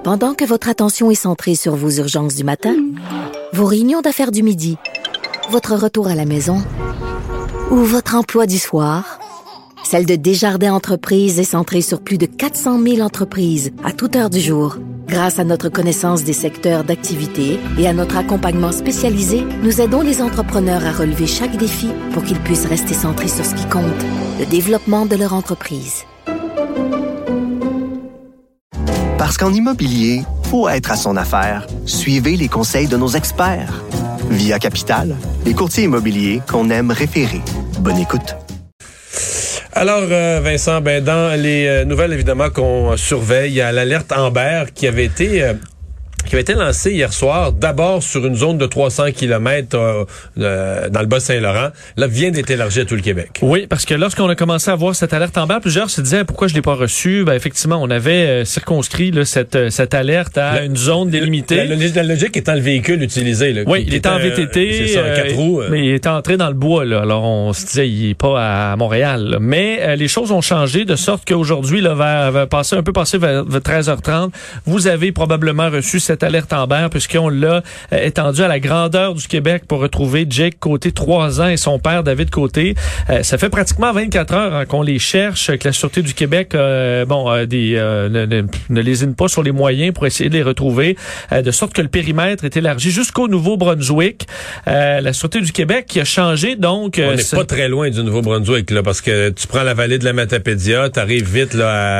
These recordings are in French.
Pendant que votre attention est centrée sur vos urgences du matin, vos réunions d'affaires du midi, votre retour à la maison ou votre emploi du soir, celle de Desjardins Entreprises est centrée sur plus de 400 000 entreprises à toute heure du jour. Grâce à notre connaissance des secteurs d'activité et à notre accompagnement spécialisé, nous aidons les entrepreneurs à relever chaque défi pour qu'ils puissent rester centrés sur ce qui compte, le développement de leur entreprise. Parce qu'en immobilier, faut être à son affaire. Suivez les conseils de nos experts. Via Capital, les courtiers immobiliers qu'on aime référer. Bonne écoute. Alors, Vincent, dans les nouvelles, évidemment, qu'on surveille, il y a l'alerte Amber qui avait été lancée hier soir, d'abord sur une zone de 300 km dans le Bas-Saint-Laurent. Là, vient d'être élargie à tout le Québec. Oui, parce que lorsqu'on a commencé à voir cette alerte Amber, plusieurs se disaient pourquoi je l'ai pas reçue. Effectivement, on avait circonscrit là, cette alerte à une zone délimitée. La logique étant le véhicule utilisé. Là, oui, il était en VTT. C'est ça, 4 roues. Mais il est entré dans le bois. Là. Alors, on se disait, il est pas à Montréal. Là. Mais les choses ont changé de sorte qu'aujourd'hui, là, vers 13h30, vous avez probablement reçu cette alerte Amber puisqu'on l'a étendu à la grandeur du Québec pour retrouver Jake Côté, 3 ans, et son père, David Côté. Ça fait pratiquement 24 heures qu'on les cherche, que la Sûreté du Québec ne lésine pas sur les moyens pour essayer de les retrouver, de sorte que le périmètre est élargi jusqu'au Nouveau-Brunswick. La Sûreté du Québec qui a changé, donc... On n'est pas très loin du Nouveau-Brunswick, là, parce que tu prends la vallée de la Matapédia, t'arrives vite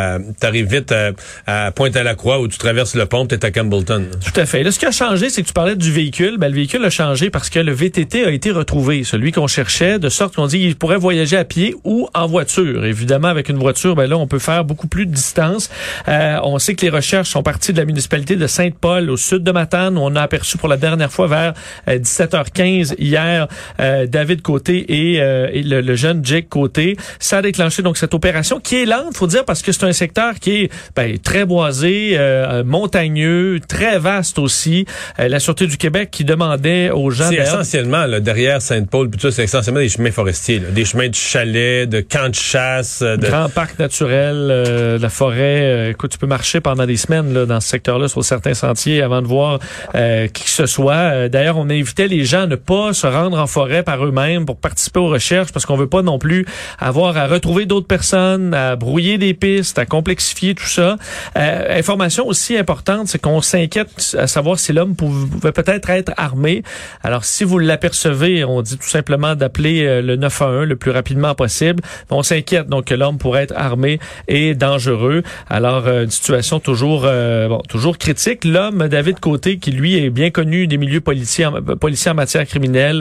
à Pointe-à-la-Croix où tu traverses le pont, t'es à Campbellton. Tout à fait. Là, ce qui a changé, c'est que tu parlais du véhicule. Le véhicule a changé parce que le VTT a été retrouvé, celui qu'on cherchait, de sorte qu'on dit qu'il pourrait voyager à pied ou en voiture. Évidemment, avec une voiture, là, on peut faire beaucoup plus de distance. On sait que les recherches sont parties de la municipalité de Sainte-Paul, au sud de Matane, où on a aperçu pour la dernière fois vers 17h15 hier David Côté et le jeune Jake Côté. Ça a déclenché donc cette opération qui est lente, faut dire, parce que c'est un secteur qui est très boisé, montagneux, très vaste aussi. La Sûreté du Québec qui demandait aux gens... C'est essentiellement, là, derrière Sainte-Paul, puis tout ça, c'est essentiellement des chemins forestiers, là, des chemins de chalets, de camps de chasse. Grands parcs naturels, la forêt. Écoute, tu peux marcher pendant des semaines là, dans ce secteur-là sur certains sentiers avant de voir qui que ce soit. D'ailleurs, on invitait les gens à ne pas se rendre en forêt par eux-mêmes pour participer aux recherches parce qu'on veut pas non plus avoir à retrouver d'autres personnes, à brouiller des pistes, à complexifier tout ça. Information aussi importante, c'est qu'on s'inquiète à savoir si l'homme pouvait peut-être être armé. Alors, si vous l'apercevez, on dit tout simplement d'appeler le 911 le plus rapidement possible. On s'inquiète donc que l'homme pourrait être armé et dangereux. Alors, une situation toujours critique. L'homme, David Côté, qui lui est bien connu des milieux policiers en matière criminelle,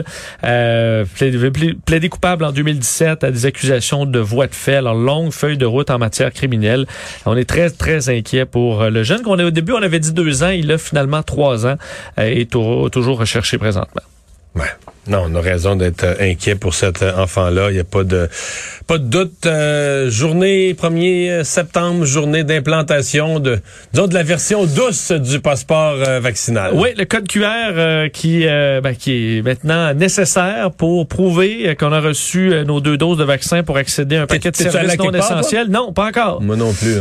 plaidé coupable en 2017 à des accusations de voies de fait. Alors, longue feuille de route en matière criminelle. On est très, très inquiet pour le jeune. Au début, on avait dit 2 ans. Il a finalement 3 ans et est toujours recherché présentement. Ouais. Non, on a raison d'être inquiet pour cet enfant-là. Il n'y a pas de doute. Journée 1er septembre, journée d'implantation de la version douce du passeport vaccinal. Oui, le code QR qui est maintenant nécessaire pour prouver qu'on a reçu nos 2 doses de vaccin pour accéder à un paquet de services non essentiels. Non, pas encore. Moi non plus.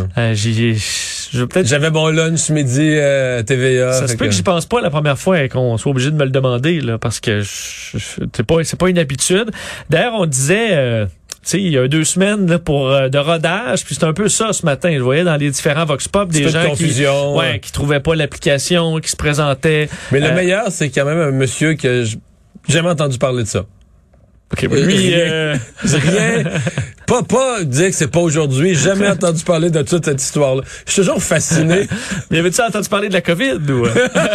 J'avais mon lunch midi TVA. Ça se peut que j'y pense pas la première fois qu'on soit obligé de me le demander là, parce que c'est pas une habitude. D'ailleurs, on disait il y a 2 semaines là, de rodage, puis c'est un peu ça ce matin. Je voyais dans les différents Vox Pop des gens qui trouvaient pas l'application, qui se présentaient. Mais le meilleur, c'est quand même un monsieur que j'ai jamais entendu parler de ça. OK, lui, rien. Pas dire que c'est pas aujourd'hui. Jamais entendu parler de toute cette histoire-là. Je suis toujours fasciné. Mais avais-tu entendu parler de la COVID ou?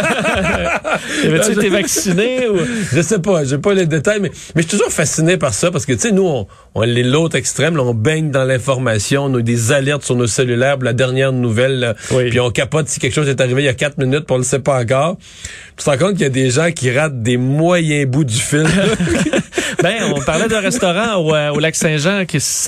Avais-tu été vacciné ou? Je sais pas, j'ai pas les détails, mais je suis toujours fasciné par ça parce que, tu sais, nous, on est l'autre extrême, là, on baigne dans l'information, on a des alertes sur nos cellulaires, la dernière nouvelle, là, puis on capote si quelque chose est arrivé il y a 4 minutes, puis on le sait pas encore. Tu te rends compte qu'il y a des gens qui ratent des moyens bouts du film. On parlait d'un restaurant au Lac-Saint-Jean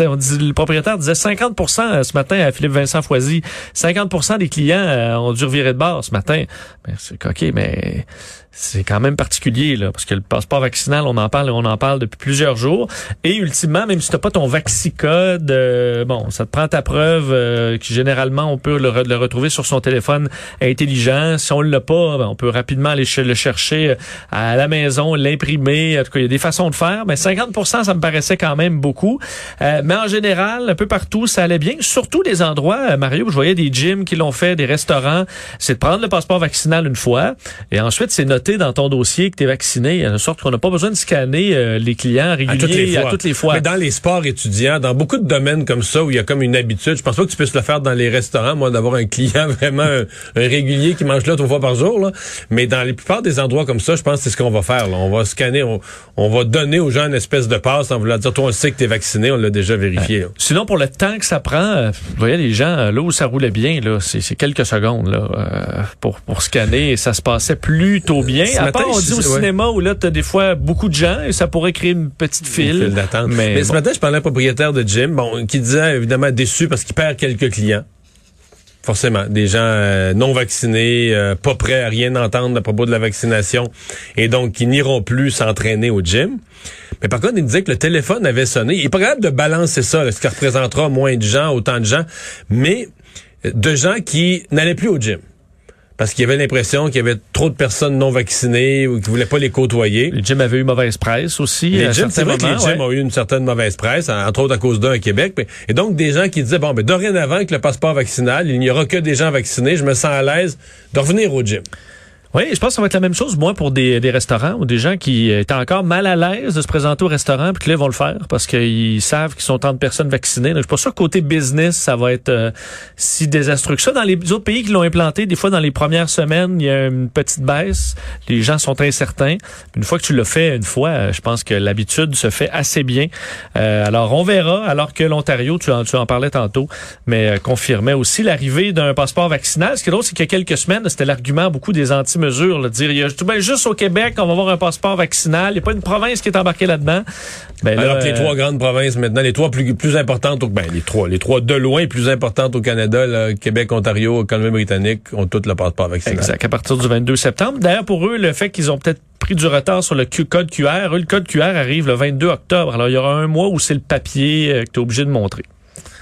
le propriétaire disait 50% ce matin à Philippe Vincent Foisy. 50% des clients ont dû revirer de bord ce matin. Ben, c'est OK, mais c'est quand même particulier, là, parce que le passeport vaccinal, on en parle depuis plusieurs jours. Et ultimement, même si t'as pas ton vaccicode, ça te prend ta preuve, qui généralement, on peut le retrouver sur son téléphone intelligent. Si on l'a pas, on peut rapidement aller le chercher à la maison, l'imprimer. En tout cas, il y a des façons de faire. Mais 50%, ça me paraissait quand même beaucoup. Mais en général, un peu partout, ça allait bien. Surtout des endroits, Mario, je voyais des gyms qui l'ont fait, des restaurants. C'est de prendre le passeport vaccinal une fois. Et ensuite, c'est noté dans ton dossier que tu es vacciné, de sorte qu'on n'a pas besoin de scanner les clients réguliers à toutes les fois. Mais dans les sports étudiants, dans beaucoup de domaines comme ça, où il y a comme une habitude, je pense pas que tu puisses le faire dans les restaurants, moi, d'avoir un client vraiment un régulier qui mange là 3 fois par jour, là. Mais dans la plupart des endroits comme ça, je pense que c'est ce qu'on va faire, là. On va scanner, on va donner aux gens une espèce de passe en voulant dire, toi, on sait que tu es vacciné, on l'a déjà vérifié. Sinon, pour le temps que ça prend, vous voyez les gens, là où ça roulait bien, là, c'est quelques secondes, là, pour scanner, et ça se passait plutôt bien. À part, on dit au cinéma où là, t'as des fois beaucoup de gens et ça pourrait créer une petite file d'attente. Mais ce matin, je parlais à un propriétaire de gym, qui disait évidemment déçu parce qu'il perd quelques clients. Forcément, des gens non vaccinés, pas prêts à rien entendre à propos de la vaccination et donc qui n'iront plus s'entraîner au gym. Mais par contre, il disait que le téléphone avait sonné. Il est pas capable de balancer ça, là, ce qui représentera moins de gens, autant de gens, mais de gens qui n'allaient plus au gym. Parce qu'il y avait l'impression qu'il y avait trop de personnes non vaccinées ou qui voulaient pas les côtoyer. Les gyms avaient eu mauvaise presse aussi. Les gyms, c'est vrai que les gyms ont eu une certaine mauvaise presse, entre autres à cause d'un à Québec. Et donc, des gens qui disaient, dorénavant, avec le passeport vaccinal, il n'y aura que des gens vaccinés, je me sens à l'aise de revenir au gym. Oui, je pense que ça va être la même chose, moi, pour des restaurants ou des gens qui étaient encore mal à l'aise de se présenter au restaurant, puis que là, ils vont le faire parce qu'ils savent qu'ils sont tant de personnes vaccinées. Donc, je suis pas sûr que côté business, ça va être si désastreux que ça. Dans les autres pays qui l'ont implanté, des fois, dans les premières semaines, il y a une petite baisse. Les gens sont incertains. Une fois que tu l'as fait une fois, je pense que l'habitude se fait assez bien. Alors, on verra. Alors que l'Ontario, tu en parlais tantôt, mais confirmait aussi l'arrivée d'un passeport vaccinal. Ce qui est drôle, c'est qu'il y a quelques semaines, c'était l'argument beaucoup des anti-mesures, là, de dire, il y a tout bien juste au Québec, on va avoir un passeport vaccinal. Il n'y a pas une province qui est embarquée là-dedans. Alors que les 3 grandes provinces maintenant, les 3 plus importantes, les 3 de loin plus importantes au Canada, là, Québec, Ontario, Colombie-Britannique, ont toutes le passeport vaccinal. Exact, à partir du 22 septembre. D'ailleurs, pour eux, le fait qu'ils ont peut-être pris du retard sur le code QR, le code QR arrive le 22 octobre. Alors, il y aura un mois où c'est le papier que tu es obligé de montrer.